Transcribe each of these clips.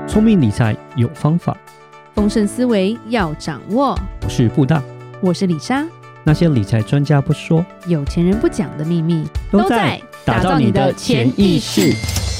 聪明理财有方法， 丰盛思维要掌握。 我是布大， 我是李莎。 那些理财专家不说， 有钱人不讲的秘密， 都在打造你的潜意识。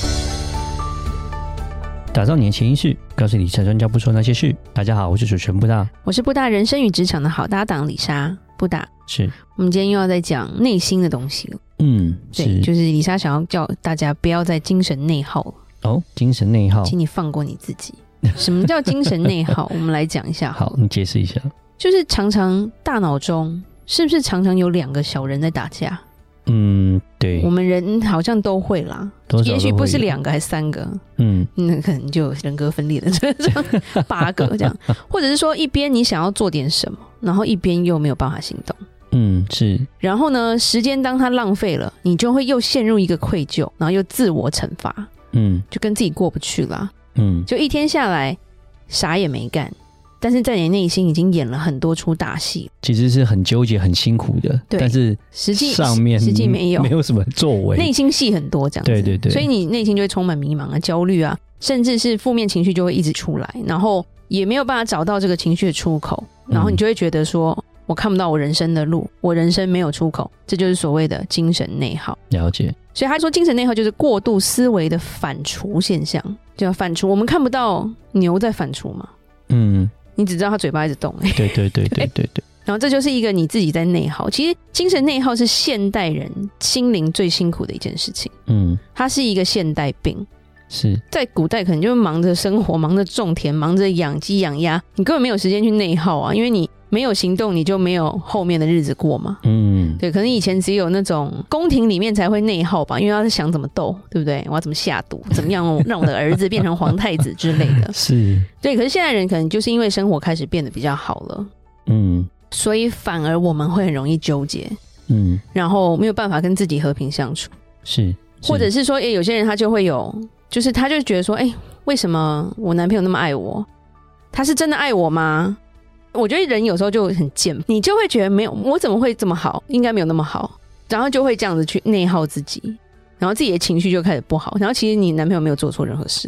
打造你的潜意识，告诉理财专家不说那些事。大家好，我是主持人布大， 我是布大人生与职场的好搭档李莎。布大， 是我们今天又要再讲内心的东西了。对，就是李莎想要叫大家不要再精神内耗了。 哦，精神内耗， 请你放过你自己。什么叫精神内耗？我们来讲一下。 好，你解释一下。 就是常常大脑中是不是常常有两个小人在打架？ 对， 我们人好像都会啦，也许不是2个还是3个，那可能就有人格分裂的这种8个这样，或者是说一边你想要做点什么，然后一边又没有办法行动。 是。 然后呢，时间当它浪费了，你就会又陷入一个愧疚，然后又自我惩罚，就跟自己过不去啦。就一天下来啥也没干，但是在你内心已经演了很多出大戏， 其实是很纠结很辛苦的，但是实际没有什么作为， 内心戏很多这样子。对，所以你内心就会充满迷茫啊、焦虑啊，甚至是负面情绪就会一直出来，然后也没有办法找到这个情绪的出口，然后你就会觉得说我看不到我人生的路，我人生没有出口，这就是所谓的精神内耗。 了解。 所以他说精神内耗就是过度思维的反刍现象。就要反刍，我们看不到牛在反刍嘛，你只知道它嘴巴一直动。对。然后这就是一个你自己在内耗。其实精神内耗是现代人心灵最辛苦的一件事情。它是一个现代病。 是在古代可能就忙着生活，忙着种田，忙着养鸡养鸭，你根本没有时间去内耗啊，因为你没有行动，你就没有后面的日子过嘛。对，可能以前只有那种宫廷里面才会内耗吧，因为他在想怎么斗，对不对？我要怎么下毒，怎么样让我的儿子变成皇太子之类的。 是， 对。可是现在人可能就是因为生活开始变得比较好了，所以反而我们会很容易纠结，然后没有办法跟自己和平相处。 是， 或者是说，有些人他就会有。就是他就觉得说，为什么我男朋友那么爱我？他是真的爱我吗？我觉得人有时候就很贱，你就会觉得没有，我怎么会这么好？应该没有那么好，然后就会这样子去内耗自己，然后自己的情绪就开始不好，然后其实你男朋友没有做错任何事。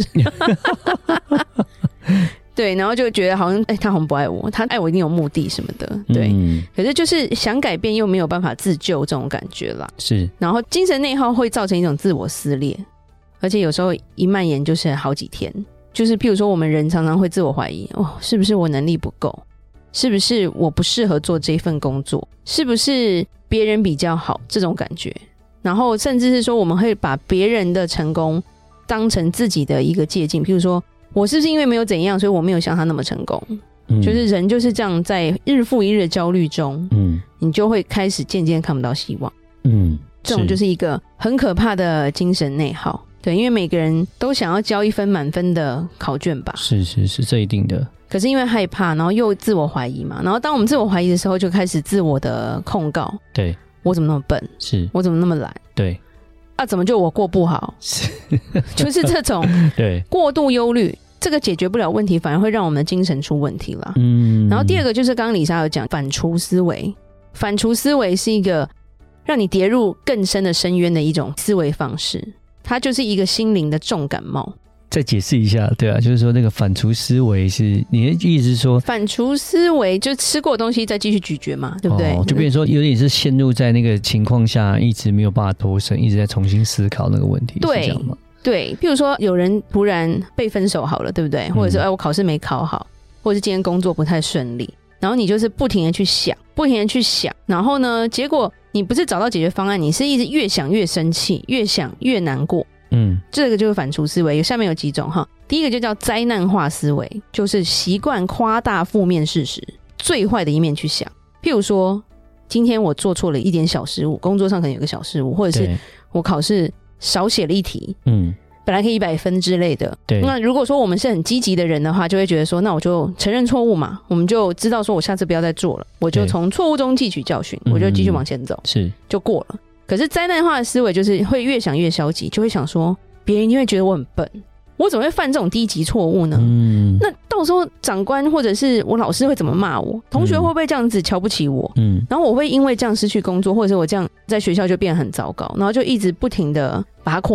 对，然后就觉得好像他好像不爱我，他爱我一定有目的什么的。对，可是就是想改变又没有办法自救这种感觉啦。 是， 然后精神内耗会造成一种自我撕裂。而且有时候一蔓延就是好几天，就是譬如说我们人常常会自我怀疑，是不是我能力不够？是不是我不适合做这份工作？是不是别人比较好？这种感觉。然后甚至是说我们会把别人的成功当成自己的一个借鉴，譬如说我是不是因为没有怎样，所以我没有像他那么成功？就是人就是这样在日复一日的焦虑中，你就会开始渐渐看不到希望。这种就是一个很可怕的精神内耗。对，因为每个人都想要交一分满分的考卷吧。是， 这一定的。 可是因为害怕，然后又自我怀疑嘛，然后当我们自我怀疑的时候，就开始自我的控告。 对， 我怎么那么笨？ 是我怎么那么懒？ 对， 怎么就我过不好？就是这种对过度忧虑，这个解决不了问题，反而会让我们的精神出问题啦。然后第二个就是刚刚李莎有讲反刍思维，反刍思维是一个让你跌入更深的深渊的一种思维方式。它就是一个心灵的重感冒。 再解释一下，对啊，就是说那个反刍思维是你的意思是说， 反刍思维就吃过的东西再继续咀嚼嘛，对不对？ 就变成说有点是陷入在那个情况下，一直没有办法脱身，一直在重新思考那个问题， 对， 是这样吗？ 对，譬如说有人突然被分手好了，对不对？或者是我考试没考好，或者是今天工作不太顺利，然后你就是不停的去想，然后呢，结果你不是找到解决方案，你是一直越想越生气，越想越难过。这个就是反刍思维。下面有几种哈。第一个就叫灾难化思维，就是习惯夸大负面事实，最坏的一面去想。譬如说，今天我做错了一点小失误，工作上可能有个小失误，或者是我考试少写了一题，本来可以100分之类的。对。那如果说我们是很积极的人的话，就会觉得说，那我就承认错误嘛，我们就知道说我下次不要再做了，我就从错误中汲取教训，我就继续往前走，是就过了。可是灾难化的思维就是会越想越消极，就会想说别人一定会觉得我很笨，我怎么会犯这种低级错误呢？那到时候长官或者是我老师会怎么骂我？同学会不会这样子瞧不起我？然后我会因为这样失去工作，或者是我这样在学校就变得很糟糕，然后就一直不停的把它扩大，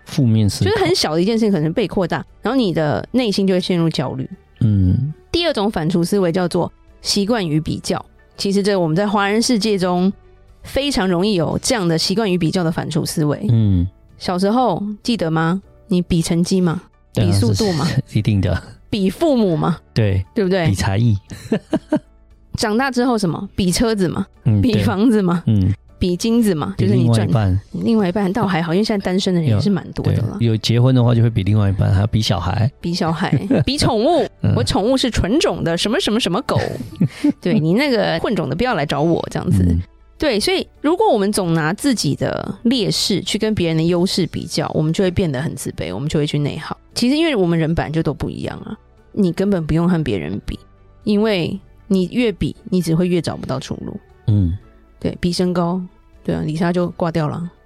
负面思考， 就是很小的一件事情可能被扩大，然后你的内心就会陷入焦虑。第二种反刍思维叫做习惯于比较，其实这我们在华人世界中非常容易有这样的习惯于比较的反刍思维。小时候记得吗？你比成绩嘛，比速度嘛， 一定的， 比父母嘛， 对不对？ 比才艺。 长大之后什么？比车子嘛，比房子嘛，比金子嘛，就是你赚另外一半倒还好，因为现在单身的人也是蛮多的了。 有结婚的话就会比另外一半，还要比小孩， 比宠物。我宠物是纯种的什么什么什么狗，对，你那个混种的不要来找我这样子。对，所以如果我们总拿自己的劣势去跟别人的优势比较，我们就会变得很自卑，我们就会去内耗。其实因为我们人本来就都不一样啊，你根本不用和别人比，因为你越比你只会越找不到出路。对，比身高，对啊，李莎就挂掉了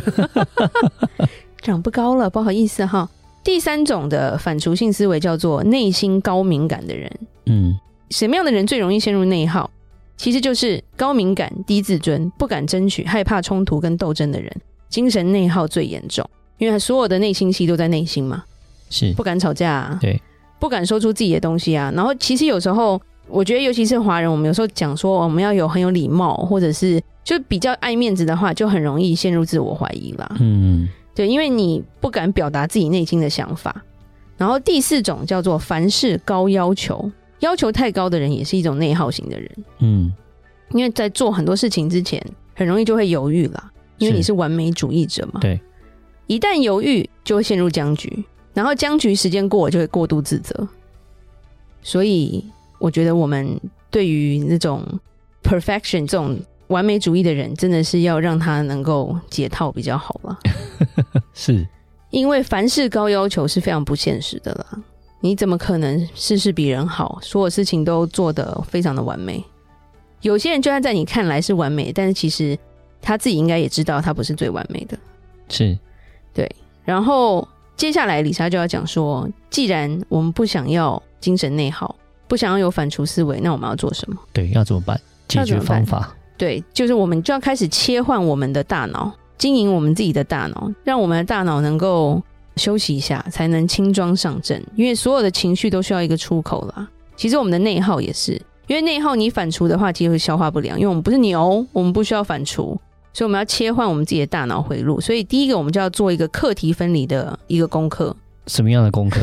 长不高了，不好意思哈。第三种的反刍性思维叫做内心高敏感的人。什么样的人最容易陷入内耗？其实就是高敏感、低自尊、不敢争取、害怕冲突跟斗争的人，精神内耗最严重，因为所有的内心戏都在内心嘛， 是不敢吵架啊， 对， 不敢说出自己的东西啊。然后其实有时候我觉得尤其是华人，我们有时候讲说我们要很有礼貌，或者是就比较爱面子的话，就很容易陷入自我怀疑啦。对，因为你不敢表达自己内心的想法。然后第四种叫做凡事高要求，要求太高的人也是一种内耗型的人。因为在做很多事情之前很容易就会犹豫啦，因为你是完美主义者嘛。 对， 一旦犹豫就会陷入僵局，然后僵局时间过了就会过度自责。所以我觉得我们对于那种 perfection 这种完美主义的人，真的是要让他能够解套比较好啦是因为凡事高要求是非常不现实的啦，你怎么可能事事比人好，所有事情都做得非常的完美？有些人就算在你看来是完美，但是其实他自己应该也知道他不是最完美的。 是， 对。然后接下来李莎就要讲说，既然我们不想要精神内耗，不想要有反刍思维，那我们要做什么？ 对，要怎么办？解决方法？ 对，就是我们就要开始切换我们的大脑，经营我们自己的大脑，让我们的大脑能够休息一下，才能轻装上阵。因为所有的情绪都需要一个出口啦。其实我们的内耗也是，因为内耗你反刍的话，其实会消化不良，因为我们不是牛，我们不需要反刍，所以我们要切换我们自己的大脑回路。所以第一个我们就要做一个课题分离的一个功课。 什么样的功课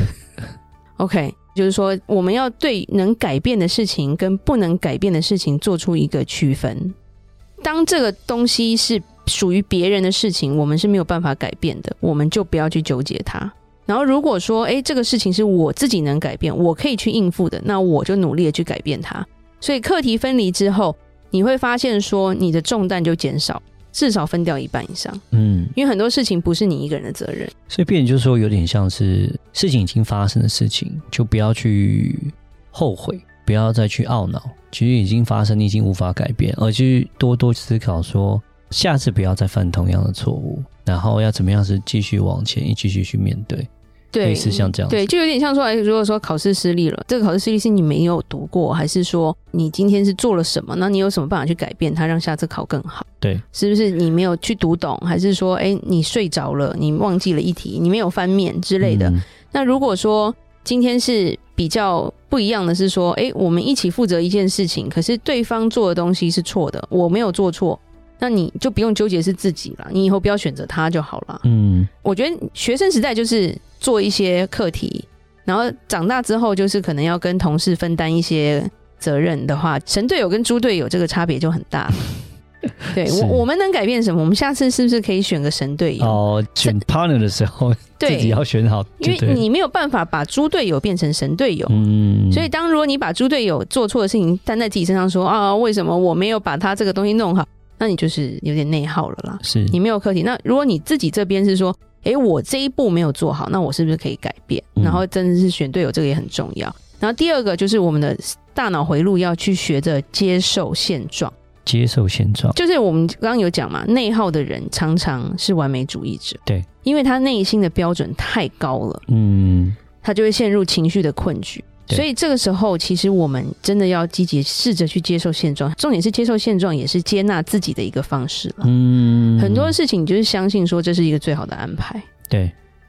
？OK， 就是说我们要对能改变的事情跟不能改变的事情做出一个区分。当这个东西是属于别人的事情，我们是没有办法改变的，我们就不要去纠结它。然后如果说这个事情是我自己能改变，我可以去应付的，那我就努力的去改变它。所以课题分离之后，你会发现说你的重担就减少，至少分掉一半以上。因为很多事情不是你一个人的责任， 所以变成就是说有点像是事情已经发生的事情，就不要去后悔，不要再去懊恼，其实已经发生，你已经无法改变，而去多多思考说下次不要再犯同样的错误，然后要怎么样是继续往前，继续去面对。 对， 类似像这样子， 对，就有点像说，如果说考试失利了，这个考试失利是你没有读过，还是说你今天是做了什么？那你有什么办法去改变它，让下次考更好？ 对， 是不是你没有去读懂，还是说，你睡着了，你忘记了一题，你没有翻面之类的？那如果说今天是比较不一样的是说，我们一起负责一件事情，可是对方做的东西是错的，我没有做错。那你就不用纠结是自己啦，你以后不要选择他就好了。我觉得学生时代就是做一些课题，然后长大之后就是可能要跟同事分担一些责任的话，神队友跟猪队友这个差别就很大。对，我们能改变什么？我们下次是不是可以选个神队友？ 选 partner 的时候自己要选好， 因为你没有办法把猪队友变成神队友。所以如果你把猪队友做错的事情担在自己身上说为什么我没有把他这个东西弄好，那你就是有点内耗了啦， 是你没有课题。那如果你自己这边是说我这一步没有做好，那我是不是可以改变？然后真的是选队友，这个也很重要。然后第二个就是我们的大脑回路要去学着接受现状。 接受现状就是我们刚刚有讲嘛，内耗的人常常是完美主义者， 对， 因为他内心的标准太高了，他就会陷入情绪的困局。所以这个时候其实我们真的要积极试着去接受现状，重点是接受现状也是接纳自己的一个方式了。很多事情你就是相信说这是一个最好的安排， 对，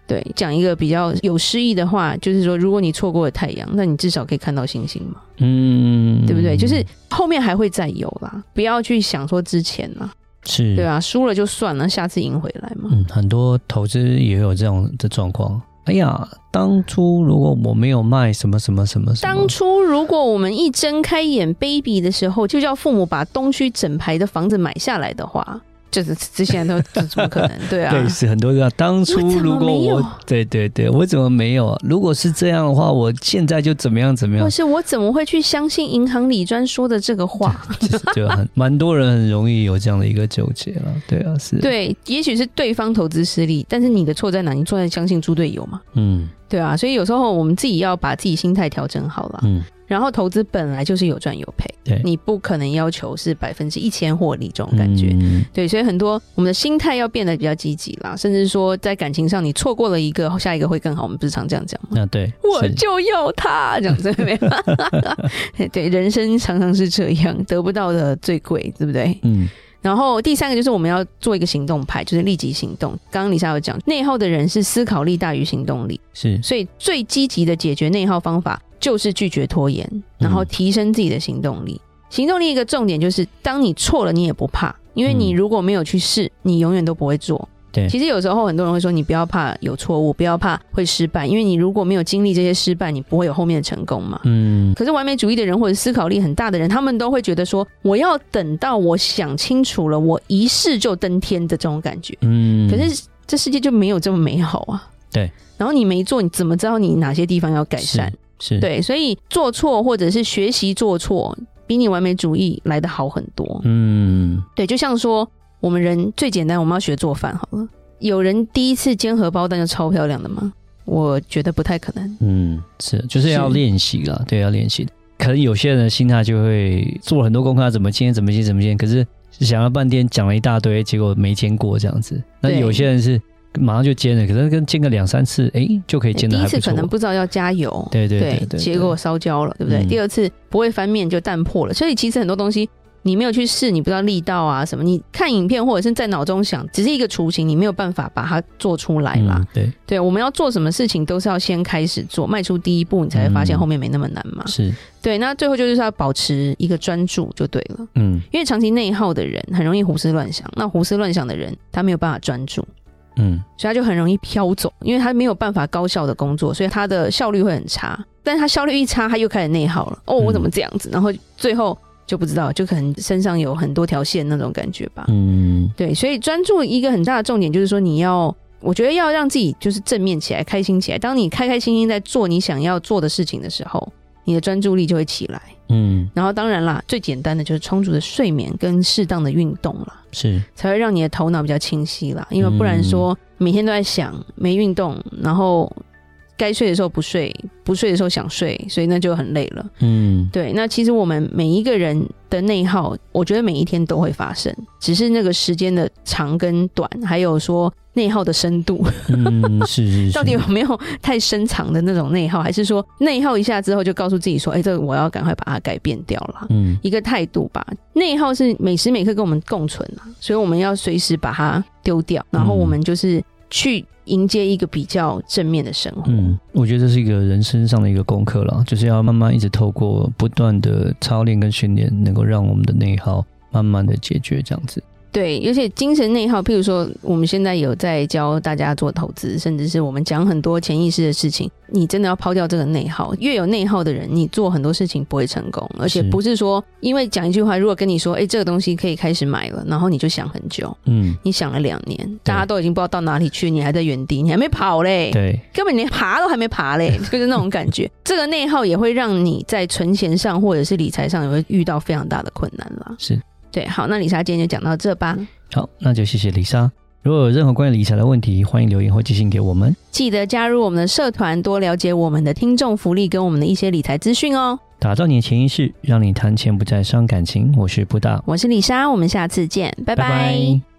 对，讲一个比较有诗意的话，就是说如果你错过了太阳，那你至少可以看到星星嘛，对不对？就是后面还会再有啦，不要去想说之前啦， 是， 对啊，输了就算了，下次赢回来嘛。 很多投资也有这种的状况。哎呀，当初如果我没有卖什么什么什么什么， 当初如果我们一睁开眼 baby 的时候，就叫父母把东区整排的房子买下来的话，就是这现在都怎么可能？对啊， 对，是很多人当初如果我对对对，我怎么没有？如果是这样的话，我现在就怎么样怎么样？ 或是我怎么会去相信银行理专说的这个话？ 就蛮多人很容易有这样的一个纠结了。对啊，是对，也许是对方投资失利，但是你的错在哪？你错在相信猪队友嘛？对啊，所以有时候我们自己要把自己心态调整好了。然后投资本来就是有赚有赔，对，你不可能要求是1000%获利这种感觉。对，所以很多我们的心态要变得比较积极啦，甚至说在感情上你错过了一个，下一个会更好，我们不是常这样讲吗？ 对， 我就要他这样子没有对，人生常常是这样，得不到的最贵，对不对？然后第三个就是我们要做一个行动派，就是立即行动。刚刚李莎有讲，内耗的人是思考力大于行动力，是，所以最积极的解决内耗方法就是拒绝拖延，然后提升自己的行动力。行动力一个重点就是，当你错了，你也不怕，因为你如果没有去试，你永远都不会做。对，其实有时候很多人会说，你不要怕有错误，不要怕会失败，因为你如果没有经历这些失败，你不会有后面的成功嘛。可是完美主义的人或者思考力很大的人，他们都会觉得说，我要等到我想清楚了，我一试就登天的这种感觉。可是这世界就没有这么美好啊。对，然后你没做，你怎么知道你哪些地方要改善？是对，所以做错或者是学习做错，比你完美主义来得好很多。对，就像说我们人最简单，我们要学做饭好了。有人第一次煎荷包蛋就超漂亮的吗？我觉得不太可能。是，就是要练习啦，对，要练习。可能有些人的心态就会做很多功课，怎么煎，可是想了半天讲了一大堆，结果没煎过这样子。那有些人是马上就煎了，可是跟煎个2-3次，就可以煎得还不错。第一次可能不知道要加油，对，结果烧焦了，对不对？第二次不会翻面就蛋破了，所以其实很多东西你没有去试，你不知道力道啊什么，你看影片或者是在脑中想，只是一个雏形，你没有办法把它做出来啦。对，我们要做什么事情都是要先开始做，迈出第一步，你才会发现后面没那么难嘛。是，对，那最后就是要保持一个专注就对了。因为长期内耗的人很容易胡思乱想，那胡思乱想的人他没有办法专注。所以他就很容易飘走，因为他没有办法高效的工作，所以他的效率会很差。但是他效率一差，他又开始内耗了。我怎么这样子？然后最后就不知道，就可能身上有很多条线那种感觉吧。对，所以专注一个很大的重点就是说，我觉得要让自己就是正面起来，开心起来。当你开开心心在做你想要做的事情的时候，你的专注力就会起来。然后当然啦，最简单的就是充足的睡眠跟适当的运动啦，是才会让你的头脑比较清晰啦。因为不然说每天都在想，没运动，然后该睡的时候不睡，不睡的时候想睡，所以那就很累了。对，那其实我们每一个人的内耗，我觉得每一天都会发生，只是那个时间的长跟短，还有说内耗的深度。是到底有没有太深藏的那种内耗，还是说内耗一下之后就告诉自己说，这个我要赶快把它改变掉了。一个态度吧。内耗是每时每刻跟我们共存啊，所以我们要随时把它丢掉，然后我们就是去迎接一个比较正面的生活。我觉得这是一个人生上的一个功课啦，就是要慢慢一直透过不断的操练跟训练，能够让我们的内耗慢慢的解决这样子。对，而且精神内耗，譬如说我们现在有在教大家做投资，甚至是我们讲很多潜意识的事情，你真的要抛掉这个内耗。越有内耗的人，你做很多事情不会成功，而且不是说因为讲一句话，如果跟你说这个东西可以开始买了，然后你就想很久，你想了2年，大家都已经不知道到哪里去，你还在原地，你还没跑嘞，对，根本连爬都还没爬嘞，就是那种感觉。这个内耗也会让你在存钱上或者是理财上也会遇到非常大的困难啦。是，对，好，那李莎今天就讲到这吧。好，那就谢谢李莎。如果有任何关于理财的问题，欢迎留言或寄信给我们。记得加入我们的社团，多了解我们的听众福利跟我们的一些理财资讯哦。打造你的潜意识，让你谈钱不再伤感情。我是布大，我是李莎，我们下次见，拜拜。拜拜。